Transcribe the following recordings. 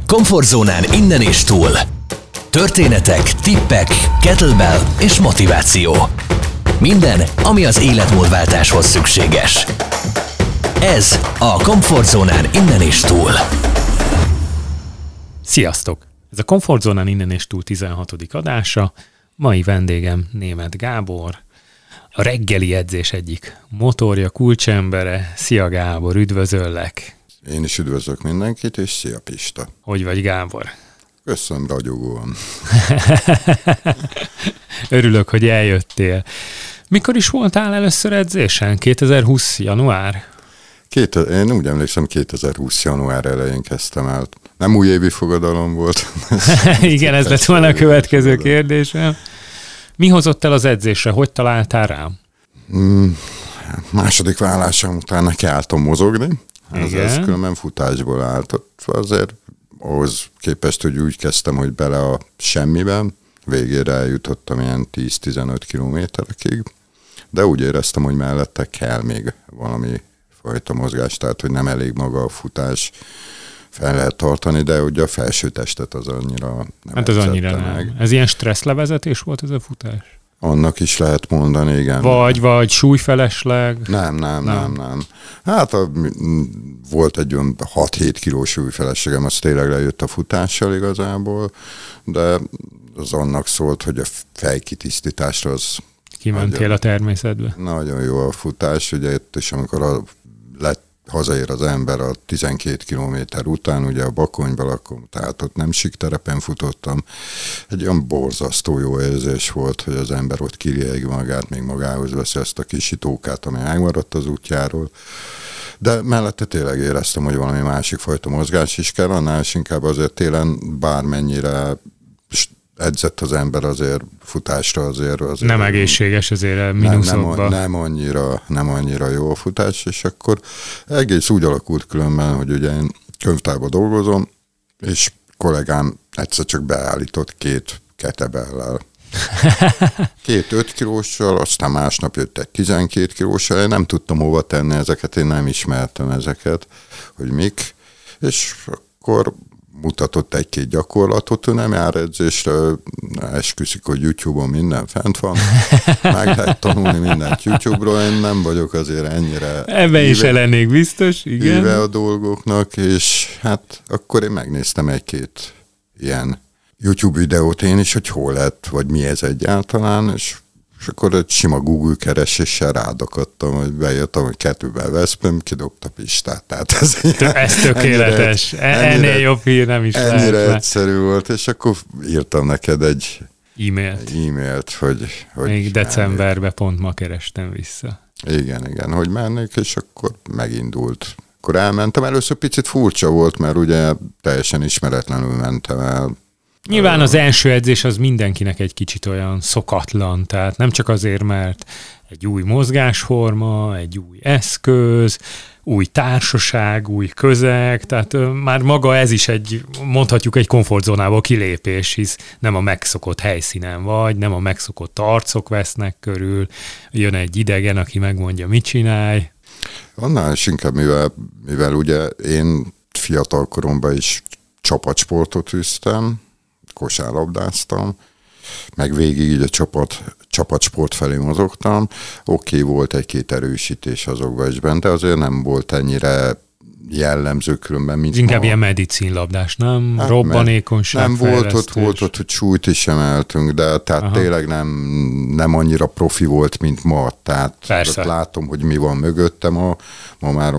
Komfortzónán innen és túl. Történetek, tippek, kettlebell és motiváció. Minden, ami az életmódváltáshoz szükséges. Ez a Komfortzónán innen és túl. Sziasztok! Ez a Komfortzónán innen és túl 16. adása. Mai vendégem Németh Gábor, a reggeli edzés egyik motorja, kulcsembere. Szia Gábor, üdvözöllek! Én is üdvözlök mindenkit, és szia Pista! Hogy vagy Gábor? Köszönöm, ragyogóan. Örülök, hogy eljöttél. Mikor is voltál először edzésen? 2020. január? Én úgy emlékszem, 2020. január elején kezdtem el. Nem újévi fogadalom volt. Igen, ez lett volna a következő kérdésem. Mi hozott el az edzésre? Hogy találtál rám? Második vállásom után nekiálltam mozogni. Ez különben futásból állt. Azért ahhoz képest, hogy úgy kezdtem, hogy bele a semmiben, végére eljutottam ilyen 10-15 kilométerekig, de úgy éreztem, hogy mellette kell még valami fajta mozgás, tehát hogy nem elég maga a futás, fel lehet tartani, de ugye a felső testet az annyira nem. Hát az annyira nem. Meg. Ez ilyen stresszlevezetés volt ez a futás? Annak is lehet mondani, igen. Vagy súlyfelesleg? Nem. Hát volt egy olyan 6-7 kilós súlyfelességem, az tényleg lejött a futással igazából, de az annak szólt, hogy a fejkitisztításra az... Kimentél a természetbe? Nagyon jó a futás, ugye itt is, amikor hazaér az ember a 12 kilométer után, ugye a Bakonyba lakom, tehát ott nem sikterepen futottam. Egy olyan borzasztó jó érzés volt, hogy az ember ott kirjeg magát, még magához veszi ezt a kis itókát, ami megmaradt az útjáról. De mellette tényleg éreztem, hogy valami másik fajta mozgás is kell, annál is inkább azért télen bármennyire edzett az ember azért futásra azért nem egészséges azért mínuszokban. Nem annyira jó a futás, és akkor egész úgy alakult különben, hogy ugye én könyvtárban dolgozom, és kollégám egyszer csak beállított 2 kettlebellel. 2 5 kilóssal, aztán másnap jött egy 12 kilóssal, én nem tudtam hova tenni ezeket, én nem ismertem ezeket, hogy mik, és akkor mutatott egy-két gyakorlatot, ő nem jár edzésre, esküszik, hogy YouTube-on minden fent van, meg lehet tanulni mindent YouTube-ról, én nem vagyok azért ennyire ebben is lennék biztos, igen. Híve a dolgoknak, és hát akkor én megnéztem egy-két ilyen YouTube videót én is, hogy hol lett, vagy mi ez egyáltalán, és akkor egy sima Google kereséssel rádakadtam, hogy bejöttem, hogy kettőben Veszprém, kidobta Pistát. Tehát ez tökéletes. Ennél jobb hír nem is lehet. Ennyire egyszerű volt, és akkor írtam neked egy e-mailt, hogy még decemberben pont ma kerestem vissza. Igen, hogy mennék, és akkor megindult. Akkor elmentem. Először picit furcsa volt, mert ugye teljesen ismeretlenül mentem el. Nyilván az első edzés az mindenkinek egy kicsit olyan szokatlan, tehát nem csak azért, mert egy új mozgásforma, egy új eszköz, új társaság, új közeg, tehát már maga ez is mondhatjuk egy komfortzónából kilépés, hisz nem a megszokott helyszínen vagy, nem a megszokott arcok vesznek körül, jön egy idegen, aki megmondja, mit csinálj. Annál is inkább, mivel ugye én fiatal koromban is csapatsportot üztem, kosárlabdáztam, meg végig így a csapatsport felé mozogtam. Oké, volt egy-két erősítés azokban is benne, de azért nem volt ennyire jellemző különben, mint inkább ilyen medicinlabdás, nem? Hát robbanékonyság, nem volt ott, hogy súlyt is emeltünk, de tehát tényleg nem annyira profi volt, mint ma. Tehát látom, hogy mi van mögöttem. Ma már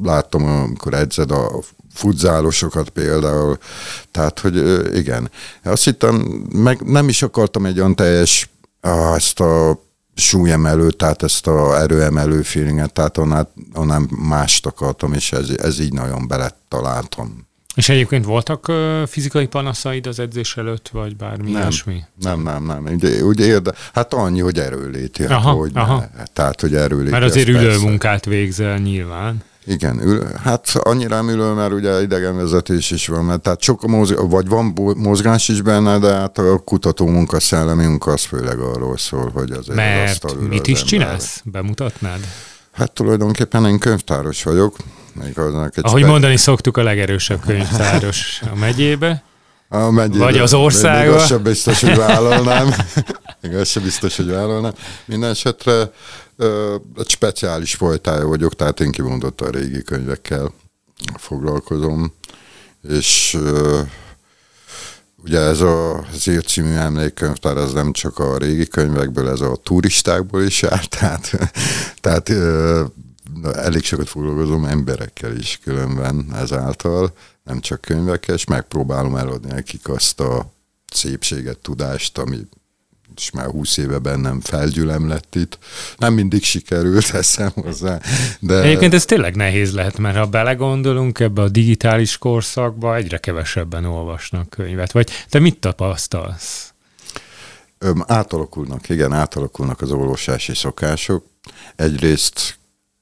amikor edzed a futzálosokat például, tehát, hogy igen. Azt hittem, meg nem is akartam egy olyan teljes ezt a súlyemelő, tehát ezt a erőemelő feelinget, tehát onnan mást akartam, és ez így nagyon beletaláltam. És egyébként voltak fizikai panaszaid az edzés előtt, vagy bármi ilyesmi? Nem. Ugye hát annyi, hogy erőléti. Tehát, hogy erőléti. Mert azért ülőmunkát végzel nyilván. Igen, hát annyira nem ülő, mert ugye idegenvezetés is van, mert tehát sok vagy van mozgás is benne, de hát a kutató munka, szellemi munka az főleg arról szól, hogy azért mert mit is csinálsz? Bemutatnád? Hát tulajdonképpen én könyvtáros vagyok, Ahogy mondani szoktuk, a legerősebb könyvtáros a megyébe. A megyébe. Vagy az országban. Még az sem biztos, hogy vállalnám. Még az sem biztos, hogy vállalnám. Minden esetre egy speciális fajtája vagyok, tehát én kimondottan a régi könyvekkel foglalkozom. És ugye ez az Ír című emlékkönyvtár, ez nem csak a régi könyvekből, ez a turistákból is jár, tehát elég sokat foglalkozom emberekkel is különben ezáltal, nem csak könyvekkel, és megpróbálom eladni nekik azt a szépséget, tudást, ami és már 20 éve bennem felgyülem lett itt. Nem mindig sikerült, teszem hozzá. De... Egyébként ez tényleg nehéz lehet, mert ha belegondolunk ebbe a digitális korszakba, egyre kevesebben olvasnak könyvet. Vagy te mit tapasztalsz? Átalakulnak az olvasási szokások. Egyrészt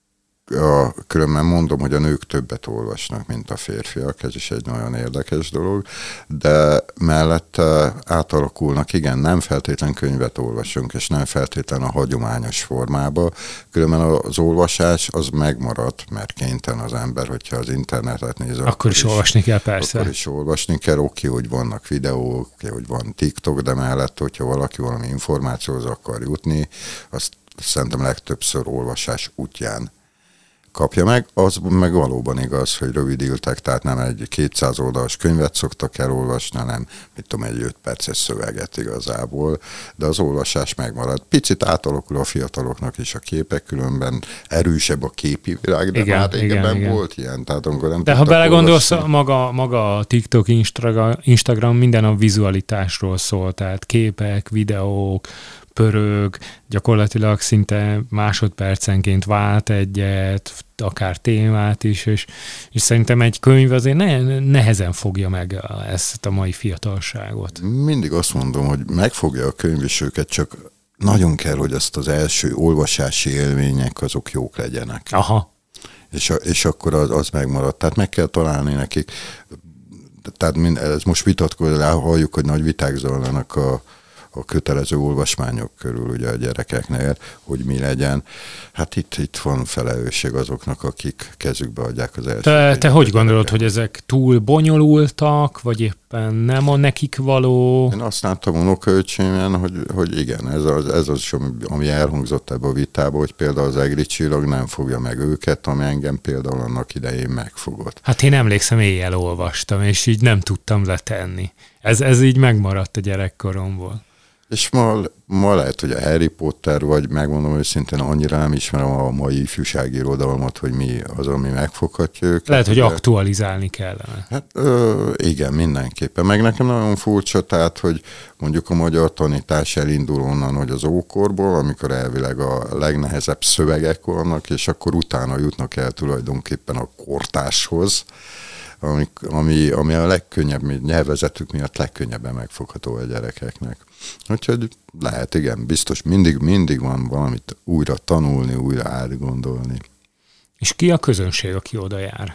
különben mondom, hogy a nők többet olvasnak, mint a férfiak, ez is egy nagyon érdekes dolog, de mellette átalakulnak, nem feltétlen könyvet olvasunk, és nem feltétlen a hagyományos formába, különben az olvasás az megmaradt, mert kénytelen az ember, hogyha az internetet néz, akkor is olvasni kell, persze. Akkor is olvasni kell, oké, hogy vannak videók, oké, hogy van TikTok, de mellett, hogyha valaki valami információhoz akar jutni, azt szerintem legtöbbször olvasás útján kapja meg, az meg valóban igaz, hogy rövidültek, tehát nem egy 200 oldalas könyvet szoktak elolvasni, hanem egy 5 perces szöveget igazából, de az olvasás megmarad. Picit átalakul a fiataloknak is a képek, különben erősebb a képi világ, de már régebben volt ilyen. Tehát nem de ha belegondolsz, maga a TikTok, Instagram minden a vizualitásról szól, tehát képek, videók, pörög, gyakorlatilag szinte másodpercenként vált egyet, akár témát is, és szerintem egy könyv azért nehezen fogja meg ezt a mai fiatalságot. Mindig azt mondom, hogy megfogja a könyv is őket, csak nagyon kell, hogy azt az első olvasási élmények azok jók legyenek. Aha. És akkor az megmarad. Tehát meg kell találni nekik. Tehát ez most vitatkozik, halljuk, hogy nagy viták zajlanak a kötelező olvasmányok körül ugye a gyerekeknél, hogy mi legyen. Hát itt van felelősség azoknak, akik kezükbe adják az első. Te hogy gondolod, hogy ezek túl bonyolultak, vagy éppen nem a nekik való? Én azt láttam unokaöcsémen, hogy igen, ez az, ami elhangzott ebbe a vitába, hogy például az egri csillag nem fogja meg őket, ami engem például annak idején megfogott. Hát én emlékszem, éjjel olvastam, és így nem tudtam letenni. Ez így megmaradt a gyerekkoromból. És ma lehet, hogy a Harry Potter, vagy megmondom őszintén, annyira nem ismerem a mai ifjúsági irodalmat, hogy mi az, ami megfoghatja őket. Lehet, hogy aktualizálni kellene. Hát igen, mindenképpen. Meg nekem nagyon furcsa, tehát, hogy mondjuk a magyar tanítás elindul onnan, hogy az ókorból, amikor elvileg a legnehezebb szövegek vannak, és akkor utána jutnak el tulajdonképpen a kortárshoz, ami a legkönnyebb, nyelvezetük miatt legkönnyebben megfogható a gyerekeknek. Úgyhogy lehet, igen, biztos mindig van valamit újra tanulni, újra átgondolni. És ki a közönség, aki oda jár?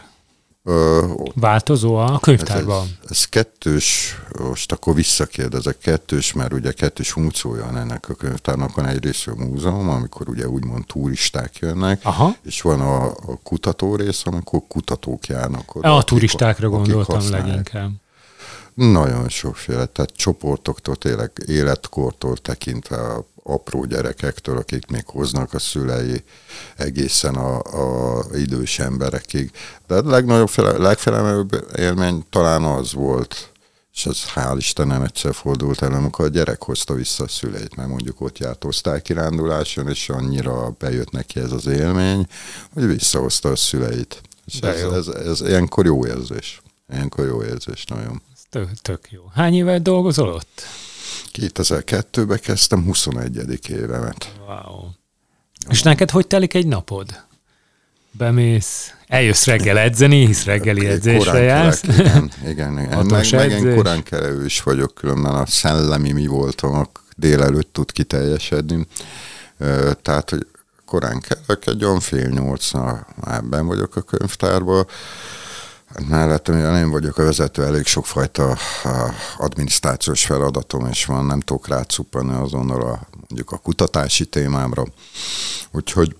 Változó a könyvtárban? Ez kettős, most akkor visszakérdezek, kettős, mert ugye kettős funkciója van ennek a könyvtárnak. Van egyrészt a múzeum, amikor ugye úgymond turisták jönnek, aha, és van a kutató rész, amikor kutatók járnak oda. A turistákra gondoltam leginkább. Nagyon sokféle, tehát csoportoktól, tényleg életkortól tekintve apró gyerekektől, akik még hoznak a szülei, egészen a idős emberekig. De a legfelemelőbb élmény talán az volt, és ez hál' Istenem egyszer fordult el, amikor a gyerek hozta vissza a szüleit, mert mondjuk ott járt osztálykiránduláson, és annyira bejött neki ez az élmény, hogy visszahozta a szüleit. És ez ilyenkor jó érzés. Nagyon. Tök jó. Hány évet dolgozol ott? 2002-ben kezdtem, 21. évemet. Wow. És neked hogy telik egy napod? Bemész, eljössz reggel edzeni, hisz reggeli edzésre jársz. Igen. Meg én korán kelő is vagyok, különben a szellemi mi voltam, délelőtt tud kiteljesedni. Tehát, hogy korán kelek, egy olyan 7:30 már benn vagyok a könyvtárban. Mellettem, mivel én vagyok a vezető, elég sokfajta adminisztrációs feladatom, és van, nem tudok rácuppanni azonnal mondjuk a kutatási témámra. Úgyhogy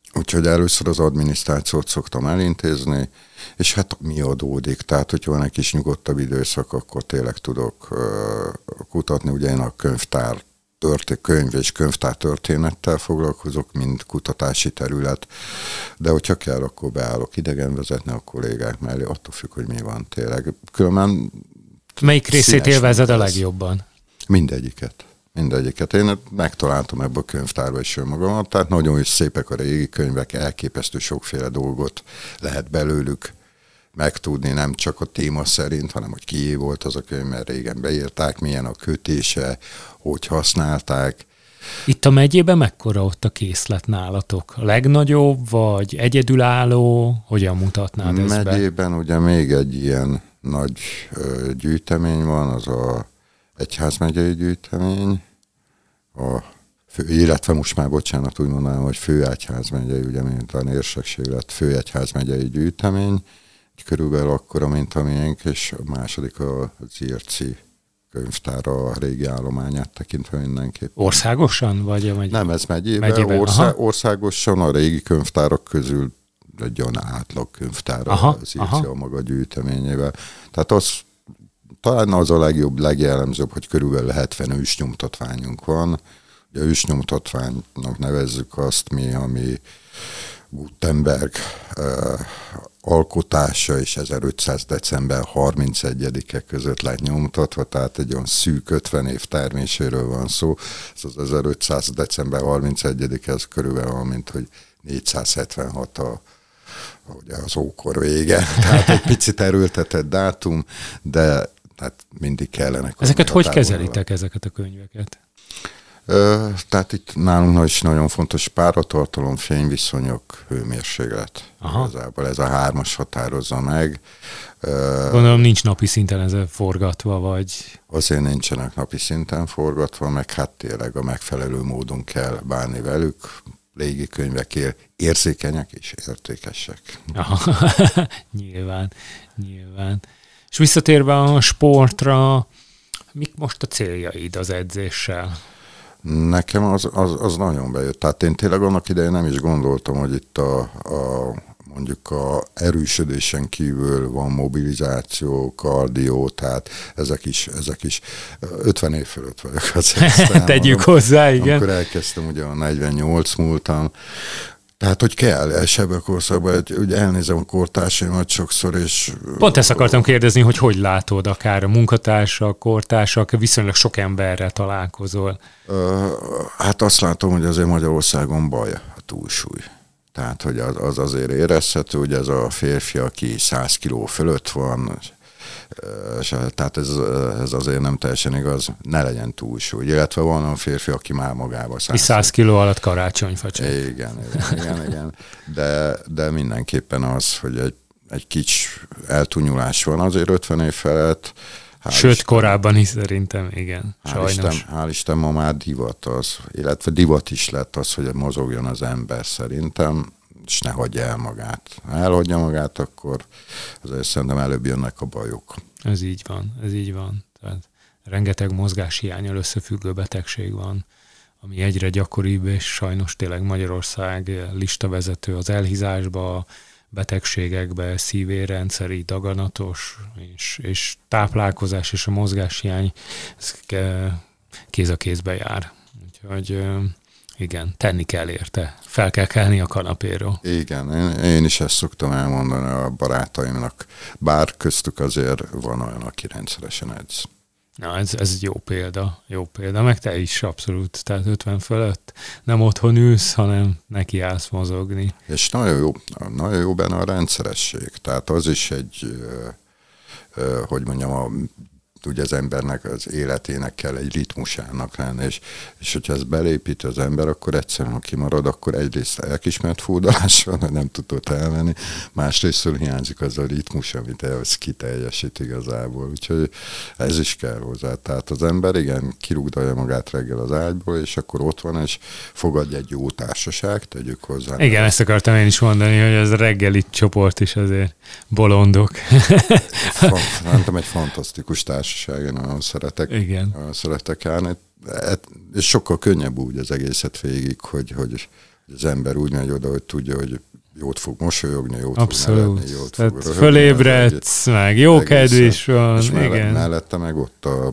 Úgyhogy először az adminisztrációt szoktam elintézni, és hát mi adódik, tehát hogyha van egy kis nyugodtabb időszak, akkor tényleg tudok kutatni, ugye én a könyv és könyvtár történettel foglalkozok, mint kutatási terület, de hogyha kell, akkor beállok idegenvezetni a kollégák mellé, attól függ, hogy mi van tényleg. Különben melyik részét élvezed a legjobban? Mindegyiket. Én megtaláltam ebbe a könyvtárba is önmagamat, tehát nagyon is szépek a régi könyvek, elképesztő sokféle dolgot lehet belőlük megtudni, nem csak a téma szerint, hanem hogy kié volt az a könyv, mert régen beírták, milyen a kötése, hogy használták. Itt a megyében mekkora ott a készlet nálatok? A legnagyobb, vagy egyedülálló? Hogyan mutatnád ezt be? Megyében ugye még egy ilyen nagy gyűjtemény van, az a egyházmegyei gyűjtemény, illetve most már, bocsánat, úgy mondanám, hogy főegyházmegyei, ugye, mint a érsekség lett főegyházmegyei gyűjtemény, körülbelül akkora, mint a miénk, és a második az Irci könyvtára a régi állományát tekintve mindenképp. Országosan? Vagy nem, ez megyében. Országosan a régi könyvtárak közül egy olyan átlag könyvtára az Irci a maga gyűjteményével. Tehát az talán az a legjobb, legjellemzőbb, hogy körülbelül 70 ősnyomtatványunk van. Ugye ősnyomtatványnak nevezzük azt mi, ami Gutenberg alkotása és 1500 december 31-e között lett nyomtatva, tehát egy olyan szűk 50 év terméséről van szó. Ez az 1500 december 31-e, ez körülbelül olyan, mint hogy 476 ugye az ókor vége. Tehát egy picit erőltetett dátum, de tehát mindig kellene. Ezeket hogy kezelitek, ezeket a könyveket? Tehát itt nálunk is nagyon fontos páratartalom, fényviszonyok, hőmérséklet. Igazából ez a 3-as határozza meg. Gondolom nincs napi szinten ez forgatva, vagy... Azért nincsenek napi szinten forgatva, meg hát tényleg a megfelelő módon kell bánni velük. Régi könyvek érzékenyek és értékesek. Nyilván. És visszatérve a sportra, mik most a céljaid az edzéssel? Nekem az nagyon bejött. Tehát én tényleg annak idején nem is gondoltam, hogy itt mondjuk a erősödésen kívül van mobilizáció, kardió, tehát ezek is 50 év fölött vagyok. Tegyük hozzá, igen. Amikor elkezdtem, ugye a 48 múltam, tehát, hogy kell sebbekorszakban, hogy elnézem a kortársaimat sokszor, és... Pont ezt akartam kérdezni, hogy látod, akár a munkatársak, kortársak, viszonylag sok emberrel találkozol. Hát azt látom, hogy azért Magyarországon baj a túlsúly. Tehát, hogy az azért érezhető, hogy ez a férfi, aki 100 kiló fölött van, tehát ez azért nem teljesen igaz, ne legyen túlsúly. Illetve van olyan férfi, aki már magába 100 kiló alatt karácsonyfacsa. Igen. De mindenképpen az, hogy egy kicsi eltúnyulás van azért 50 év felett. Sőt, korábban is szerintem, igen. Hál' Isten, ma már divat az, illetve divat is lett az, hogy mozogjon az ember szerintem, és ne hagyja el magát. Ha elhagyja magát, akkor azért szerintem előbb jönnek a bajok. Ez így van. Tehát rengeteg mozgáshiánnyal összefüggő betegség van, ami egyre gyakoribb, és sajnos tényleg Magyarország listavezető az elhízásba, betegségekbe, szívérrendszeri, daganatos, és táplálkozás és a mozgáshiány, ez kéz a kézbe jár. Úgyhogy igen, tenni kell érte. Fel kell kelni a kanapéról. Igen, én is ezt szoktam elmondani a barátaimnak, bár köztük azért van olyan, aki rendszeresen edz. Na, ez jó példa, meg te is abszolút, tehát 50 fölött nem otthon ülsz, hanem neki állsz mozogni. És nagyon jó benne a rendszeresség, tehát az is egy, hogy mondjam, ugye az embernek, az életének kell egy ritmusának lenni, és hogyha ez belépíti az ember, akkor egyszerűen, ha kimarad, akkor egyrészt elkismert furdalás van, hogy nem tudott elmenni, másrészt hiányzik az a ritmus, amit ez kiteljesít igazából, úgyhogy ez is kell hozzá. Tehát az ember, igen, kirúgdalja magát reggel az ágyból, és akkor ott van, és fogadja egy jó társaság, tegyük hozzá. Igen, ezt akartam én is mondani, hogy az reggeli csoport is azért bolondok. Nem egy fantasztikus társaság, én nagyon szeretek járni, és sokkal könnyebb úgy az egészet végig, hogy Az ember úgy megy oda, hogy tudja, hogy jót fog mosolyogni, jót abszolút. fog nevetni, jót tehát fog röhögni. fölébredsz, meg jó kedv is van. És igen. mellette meg ott a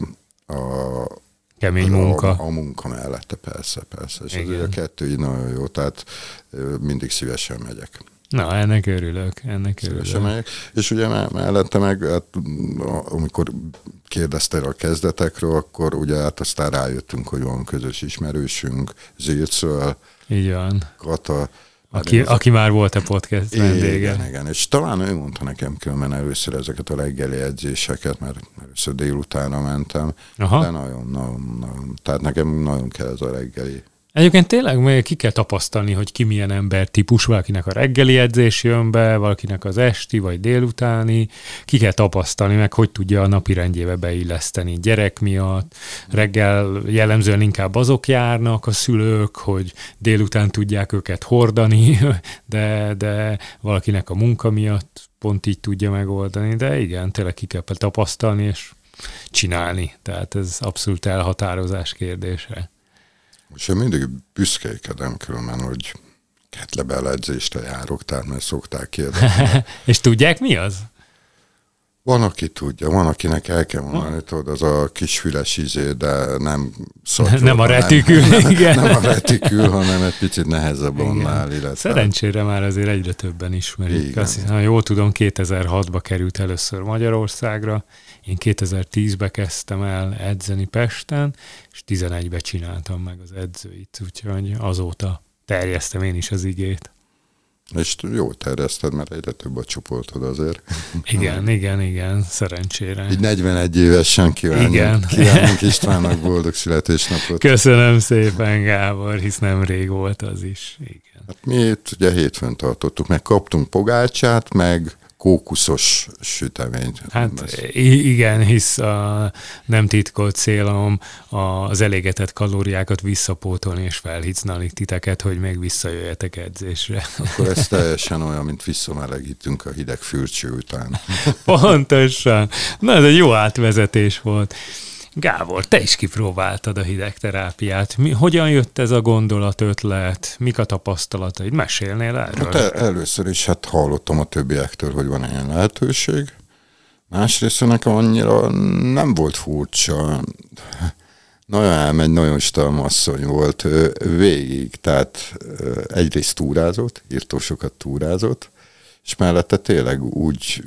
kemény munka. A munka mellette, persze. És azért a kettő így nagyon jó, tehát mindig szívesen megyek. Na, ennek örülök. Szívesen megyek. És ugye mellette meg, hát, amikor kérdeztél a kezdetekről, akkor ugye hát aztán rájöttünk, hogy van közös ismerősünk, Zilcről, így van. Kata. Aki már volt a podcast vendége. Igen. És talán ő mondta nekem különben először ezeket a reggeli edzéseket, mert először délutánra mentem. Aha. De nagyon, tehát nekem nagyon kell ez a reggeli. Egyébként tényleg ki kell tapasztalni, hogy ki milyen embertípus, valakinek a reggeli edzés jön be, valakinek az esti vagy délutáni, ki kell tapasztalni, meg hogy tudja a napi rendjébe beilleszteni gyerek miatt. Reggel jellemzően inkább azok járnak a szülők, hogy délután tudják őket hordani, de valakinek a munka miatt pont így tudja megoldani, de igen, tényleg ki kell tapasztalni és csinálni. Tehát ez abszolút elhatározás kérdése. És én mindig büszkékedem különben, hogy kettlebell edzésre járok, tehát mert szokták kérdezni. És tudják mi az? Van, aki tudja, van, akinek el kell mondani, tudod, az a kis füles izé, de nem szatyor, nem a retikül, igen. Nem a retikül, hanem egy picit nehezebb annál. Illetve... Szerencsére már azért egyre többen ismerik. Azt hiszem, jól tudom, 2006-ba került először Magyarországra. Én 2010-ben kezdtem el edzeni Pesten, és 11-ben csináltam meg az edzőit, úgyhogy azóta terjesztem én is az igét. És jól terjeszted, mert egyre több a csoportod azért. Igen, szerencsére. Így 41 évesen kívánunk Istvánnak boldog születésnapot. Köszönöm szépen, Gábor, hisz nem rég volt az is. Igen. Hát mi itt ugye hétfőn tartottuk, meg kaptunk pogácsát, meg kókuszos süteményt. Hát igen, hisz a nem titkolt célom az elégetett kalóriákat visszapótolni és felhicnálni titeket, hogy még visszajöjjetek edzésre. Akkor ez teljesen olyan, mint visszamelegítünk a hideg fürcső után. Pontosan. Na, ez egy jó átvezetés volt. Gábor, te is kipróbáltad a hidegterápiát. Hogyan jött ez a gondolat, ötlet? Mik a tapasztalataid? Mesélnél erről? Hát először is hallottam a többiektől, hogy van ilyen lehetőség. Másrészt nekem annyira nem volt furcsa. Nagyon elmegy, nagyon stalmasszony volt végig. Tehát egyrészt túrázott, írtósokat túrázott, és mellette tényleg úgy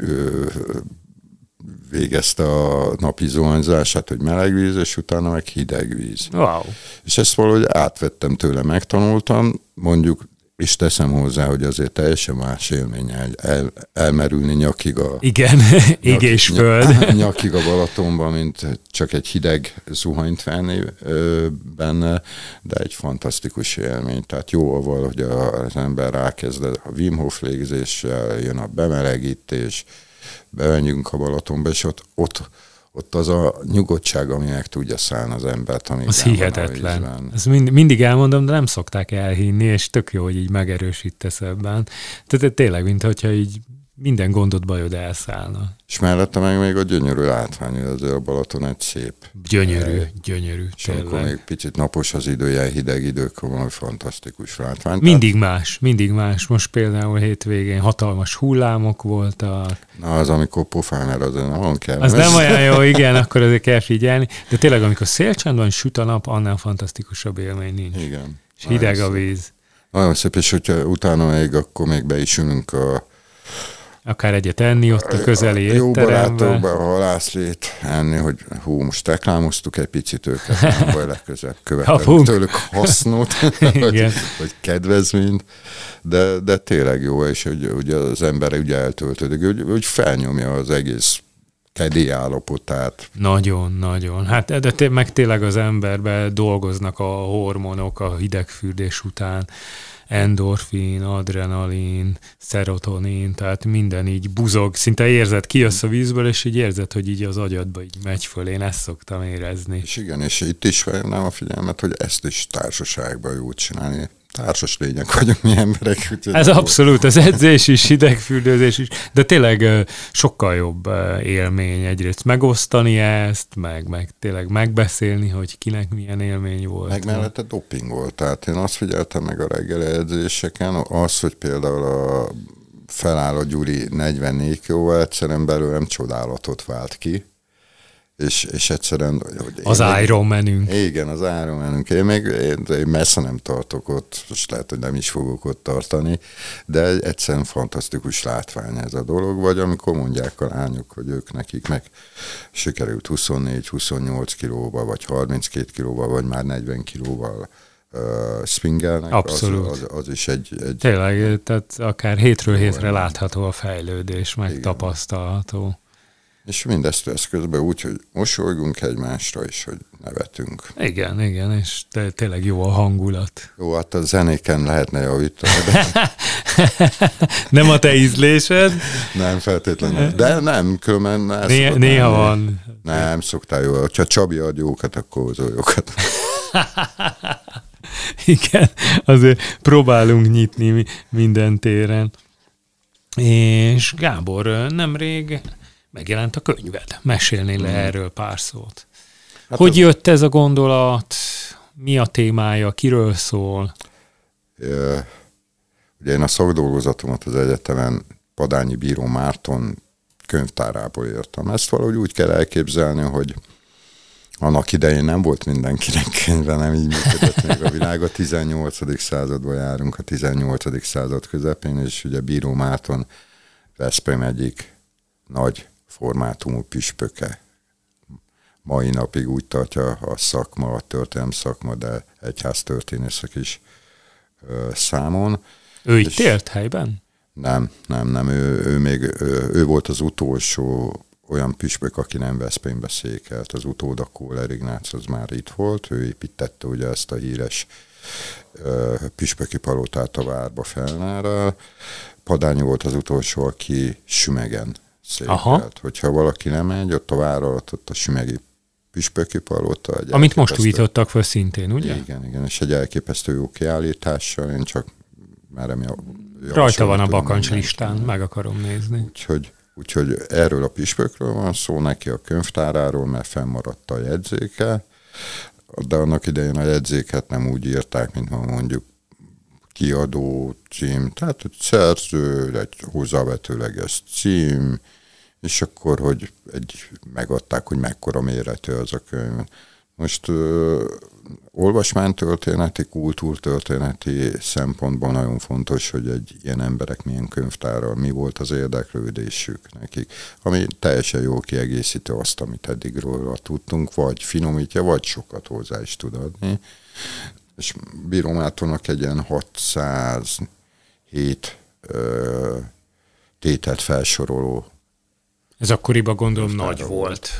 végezte a napi zuhanyzását, hogy meleg víz, és utána meg hideg víz. Wow. És ezt valahogy átvettem tőle, megtanultam, mondjuk, és teszem hozzá, hogy azért teljesen más élmény elmerülni nyakig a... Igen, ég és föld. Nyakig a Balatonban, mint csak egy hideg zuhanyt venni benne, de egy fantasztikus élmény. Tehát jó, hogy az ember rákezd a Wim Hof légzéssel, jön a bemelegítés, bemegyünk a Balatonba, és ott az a nyugodtság, ami meg tudja szállni az embert. Az hihetetlen. Ezt mindig elmondom, de nem szokták elhinni, és tök jó, hogy így megerősítesz ebben. Tehát tényleg, mintha így minden gondot, bajod elszállna. És mellette meg még a gyönyörű látvány, azért a Balaton egy szép. Gyönyörű. És akkor még picit napos az idő, ilyen hideg időkön van, fantasztikus látvány. Mindig más. Most például hétvégén hatalmas hullámok voltak. Na, az amikor pofán el, azért nem kell. Az nem olyan jó, igen, akkor azért kell figyelni. De tényleg, amikor szélcsend van, süt a nap, annál fantasztikusabb élmény nincs. Igen. És hideg a víz. Nagyon szép, és hogyha utána még, akkor még be is ülünk akár egyet enni ott a közeli étteremben. Jó barátokban a halászlét enni, hogy hogy reklámoztuk egy picit őket, nem baj, legközelebb követelünk tőlük hasznot, vagy kedvezményt, de tényleg jó, és hogy ugye az ember ugye eltöltődik, hogy felnyomja az egész kedi állapotát. Nagyon. Hát de meg tényleg az emberben dolgoznak a hormonok a hidegfürdés után, endorfin, adrenalin, szerotonin, tehát minden így buzog, szinte érzed, kijössz a vízből, és így érzed, hogy így az agyadba így megy föl, én ezt szoktam érezni. És igen, és itt is felhívnám a figyelmet, hogy ezt is társaságban jó csinálni. társas lények vagyunk mi emberek. Ez abszolút, az edzés is, hidegfürdőzés is, de tényleg sokkal jobb élmény egyrészt megosztani ezt, meg tényleg megbeszélni, hogy kinek milyen élmény volt. Meg mellette doping volt, tehát én azt figyeltem meg a reggeli edzéseken, az, hogy például feláll a Gyuri 44 kilóval, egyszerűen belőlem csodálatot vált ki. És egyszerűen... Az Ironmanünk. Igen, az Ironmanünk. Én messze nem tartok ott, most lehet, hogy nem is fogok ott tartani, de egyszerűen fantasztikus látvány ez a dolog, vagy amikor mondják a lányok, hogy nekik meg sikerült 24-28 kilóval, vagy 32 kilóval, vagy már 40 kilóval swingelnek. Abszolút. Az is egy... Tényleg, tehát akár hétről hétre látható a fejlődés, meg igen. Tapasztalható. És mindezt közben úgy, hogy mosolygunk egymásra, és hogy nevetünk. Igen, és tényleg jó a hangulat. Jó, hát a zenéken lehetne javítani. De... Nem a te ízlésed? Nem feltétlenül. De nem, különben... Néha van. Nem, szoktál jó. Ha Csabi ad jókat, akkor hozol jókat. Igen, azért próbálunk nyitni minden téren. És Gábor, nemrég... megjelent a könyved. Mesélnél le erről pár szót. Hát hogy jött ez a gondolat? Mi a témája? Kiről szól? Ugye én a szakdolgozatomat az egyetemen Padányi Bíró Márton könyvtárából írtam. Ezt valahogy úgy kell elképzelni, hogy annak idején nem volt mindenkinek könyve, nem így működött még a világ. A 18. században járunk, a 18. század közepén, és ugye Bíró Márton Veszprém egyik nagy formátumú püspöke. Mai napig úgy tartja a szakma, a történelem szakma, de egyháztörténészek is számon. Ő itt élt helyben? Nem. Ő volt az utolsó olyan püspök, aki nem Veszprémbe székelt. Az utóda Kóler Ignác az már itt volt. Ő építette ugye ezt a híres püspöki palotát a várba Felnárral. Padányi volt az utolsó, aki Sümegen székelt. Aha. Hogyha valaki nem megy, ott a vár alatt, ott a sümegi püspöki palota. Amit most újítottak fel szintén, ugye? Igen, és egy elképesztő jó kiállítással, én csak merem rajta van a bakancs listán, meg akarom nézni. Úgyhogy erről a püspökről van szó, neki a könyvtáráról, mert fennmaradt a jegyzéke, de annak idején a jegyzéket nem úgy írták, mint ma mondjuk kiadó cím, tehát egy szerző, egy hozzávetőleges cím, és akkor, hogy megadták, hogy mekkora méretű az a könyv. Most olvasmánytörténeti, kultúrtörténeti szempontból nagyon fontos, hogy egy ilyen emberek milyen könyvtárral, mi volt az érdeklődésük nekik, ami teljesen jól kiegészíti azt, amit eddig róla tudtunk, vagy finomítja, vagy sokat hozzá is tud adni. És Bíró Mártonnak egy ilyen 607 tételt felsoroló. Ez akkoriban gondolom nagy volt.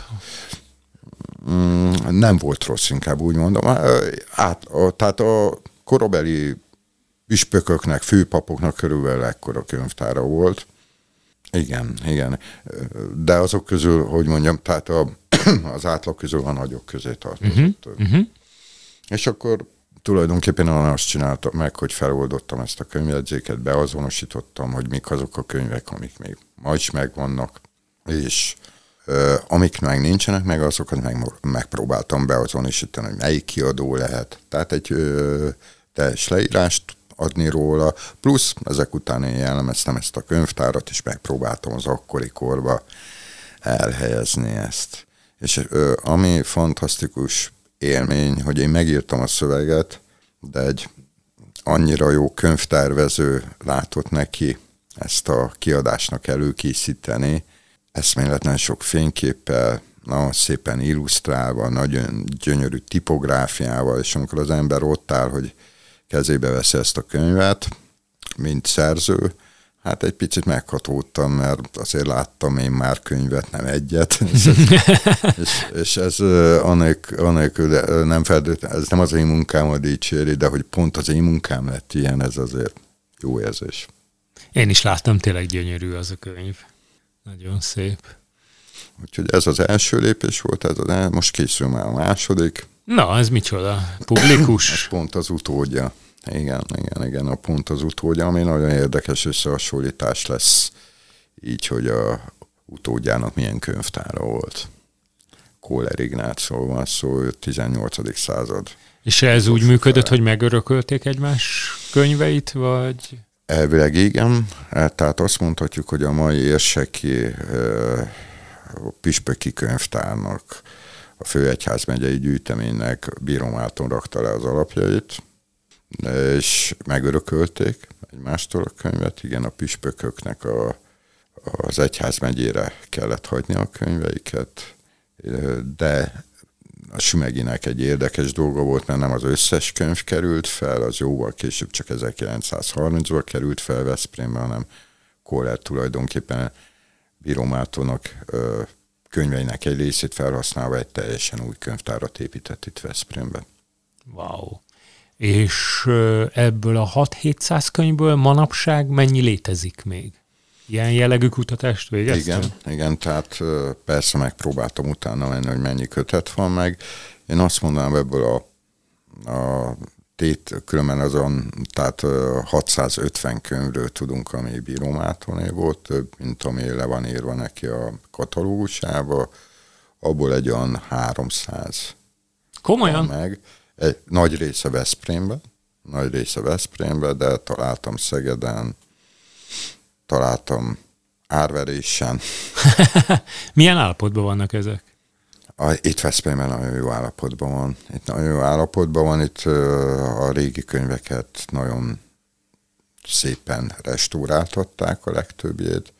Nem volt rossz, inkább úgy mondom. Tehát a korabeli püspököknek, főpapoknak körülbelül ekkora könyvtára volt. Igen. De azok közül, hogy mondjam, tehát az átlag közül a nagyok közé tartozott. És akkor tulajdonképpen azt csináltam meg, hogy feloldottam ezt a könyvjegyzéket, beazonosítottam, hogy mik azok a könyvek, amik még ma is megvannak, és amik meg nincsenek meg, azokat megpróbáltam beazonosítani, hogy melyik kiadó lehet. Tehát egy teljes leírást adni róla, plusz ezek után én jellemeztem ezt a könyvtárat, és megpróbáltam az akkori korba elhelyezni ezt. És ami fantasztikus élmény, hogy én megírtam a szöveget, de egy annyira jó könyvtervező látott neki ezt a kiadásnak előkészíteni, eszméletlen sok fényképpel, nagyon szépen illusztrálva, nagyon gyönyörű tipográfiával, és amikor az ember ott áll, hogy kezébe veszi ezt a könyvet, mint szerző, hát egy picit meghatódtam, mert azért láttam én már könyvet, nem egyet, és ez anélkül nem feltétlenül, ez nem az én munkámat dicséri, de hogy pont az én munkám lett ilyen, ez azért jó érzés. Én is láttam, tényleg gyönyörű az a könyv. Nagyon szép. Úgyhogy ez az első lépés volt, most készül már a második. Na, ez micsoda? Publikus? Ez pont az utódja. Igen, a pont az utódja, ami nagyon érdekes összehasonlítás lesz így, hogy a utódjának milyen könyvtára volt. Kohler Ignácról van szó, 18. század. És ez úgy működött, hogy megörökölték egymás könyveit, vagy? Elvileg igen, tehát azt mondhatjuk, hogy a mai érseki püspöki könyvtárnak, a főegyházmegyei gyűjteménynek Bíró Márton rakta le az alapjait, és megörökölték egymástól a könyvet. Igen, a püspököknek az egyházmegyére kellett hagyni a könyveiket, de a Sümeginek egy érdekes dolga volt, mert nem az összes könyv került fel, az jóval később csak 1930-ban került fel Veszprémben, hanem Kohler tulajdonképpen Bíró Mártonnak könyveinek egy részét felhasználva egy teljesen új könyvtárat épített itt Veszprémben. Wow. És ebből a 6-700 könyvből manapság mennyi létezik még? Ilyen jellegű kutatást végeztem? Igen, tehát persze megpróbáltam utána menni, hogy mennyi kötet van meg. Én azt mondanám, ebből a különben azon, tehát 650 könyvről tudunk, ami Bíró Mártoné volt, több, mint ami le van írva neki a katalógusába, abból egy olyan 300. Komolyan? Meg. Egy nagy része Veszprémben, de találtam Szegeden, találtam Árverésen. Milyen állapotban vannak ezek? Itt Veszprémben nagyon jó állapotban van. Itt a régi könyveket nagyon szépen restauráltatták a legtöbbjét,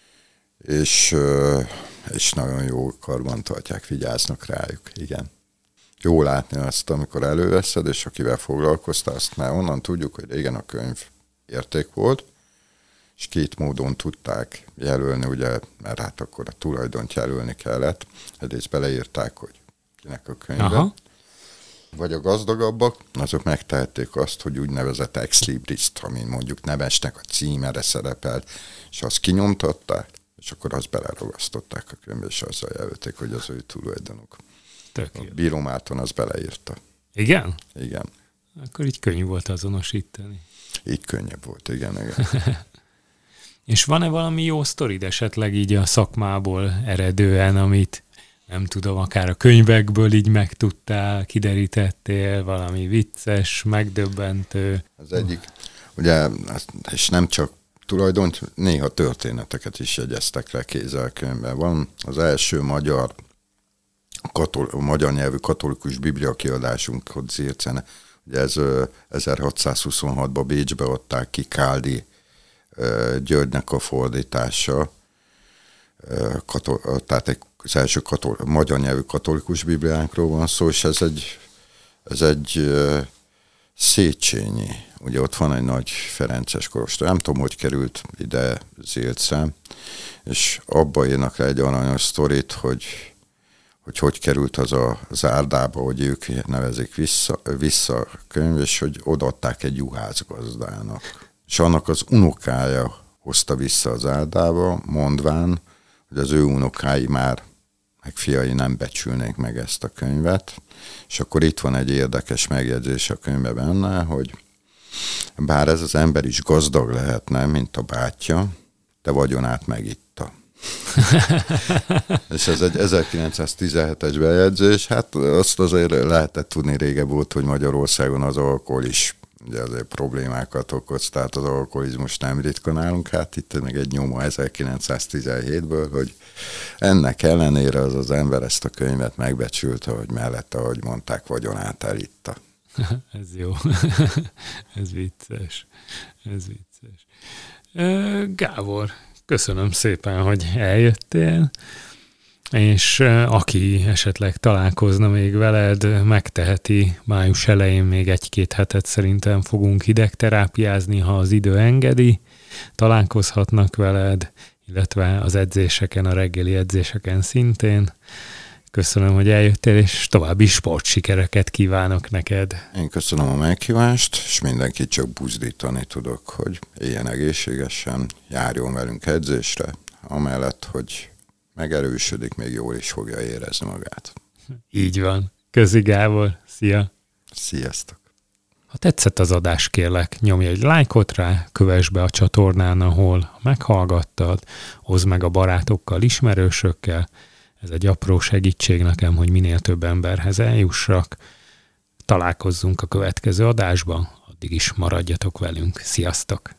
és nagyon jó karbantartják, vigyáznak rájuk, igen. Jó látni azt, amikor előveszed, és akivel foglalkoztál, azt már onnan tudjuk, hogy régen a könyv érték volt, és két módon tudták jelölni, ugye, mert hát akkor a tulajdont jelölni kellett. Egyrészt beleírták, hogy kinek a könyve. Aha. Vagy a gazdagabbak, azok megtehették azt, hogy úgynevezett ex libris-t, amin mondjuk nemesnek a címere szerepelt, és azt kinyomtatták, és akkor azt beleragasztották a könyvbe, és azzal jelölték, hogy az ő tulajdonuk. A Bíró Márton azt beleírta. Igen? Igen. Akkor így könnyű volt azonosítani. Így könnyebb volt, igen. És van-e valami jó sztorid esetleg így a szakmából eredően, amit nem tudom, akár a könyvekből így megtudtál, kiderítettél, valami vicces, megdöbbentő? Az egyik, ugye, és nem csak tulajdont, néha történeteket is jegyeztek le kézzelkönyvben. Van az első magyar nyelvű katolikus biblia kiadásunk ott Zircene. Ugye ez 1626-ban Bécsbe adták ki, Káldi Györgynek a fordítása, tehát az első magyar nyelvű katolikus bibliánkról van szó, és ez egy Széchenyi. Ugye ott van egy nagy ferences kolostor, nem tudom, hogy került ide Zilce, és abba írnak le egy aranyos sztorit, hogy került az a zárdába, hogy ők nevezik vissza a könyv, és hogy odaadták egy juhászgazdának. És annak az unokája hozta vissza az zárdába, mondván, hogy az ő unokái már, meg fiai nem becsülnék meg ezt a könyvet, és akkor itt van egy érdekes megjegyzés a könyvben benne, hogy bár ez az ember is gazdag lehetne, mint a bátyja, de vagyonát megitta. És ez egy 1917-es bejegyzés, hát azt azért lehetett tudni, régebb volt, hogy Magyarországon az alkohol is ugye azért problémákat okoz, tehát az alkoholizmus nem ritka nálunk, hát itt meg egy nyoma 1917-ből, hogy ennek ellenére az ember ezt a könyvet megbecsülte, hogy mellette, ahogy mondták, vagyonát elitta. Ez jó. Ez vicces. Gábor, köszönöm szépen, hogy eljöttél, és aki esetleg találkozna még veled, megteheti, május elején még 1-2 hetet szerintem fogunk hidegterápiázni, ha az idő engedi, találkozhatnak veled, illetve az edzéseken, a reggeli edzéseken szintén. Köszönöm, hogy eljöttél, és további sportsikereket kívánok neked. Én köszönöm a meghívást, és mindenkit csak buzdítani tudok, hogy éljen egészségesen, járjon velünk edzésre, amellett, hogy megerősödik, még jól is fogja érezni magát. Így van. Köszi, Gábor. Szia! Sziasztok! Ha tetszett az adás, kérlek, nyomj egy lájkot rá, kövess be a csatornán, ahol meghallgattad, oszd meg a barátokkal, ismerősökkel. Ez egy apró segítség nekem, hogy minél több emberhez eljussak. Találkozzunk a következő adásban, addig is maradjatok velünk. Sziasztok!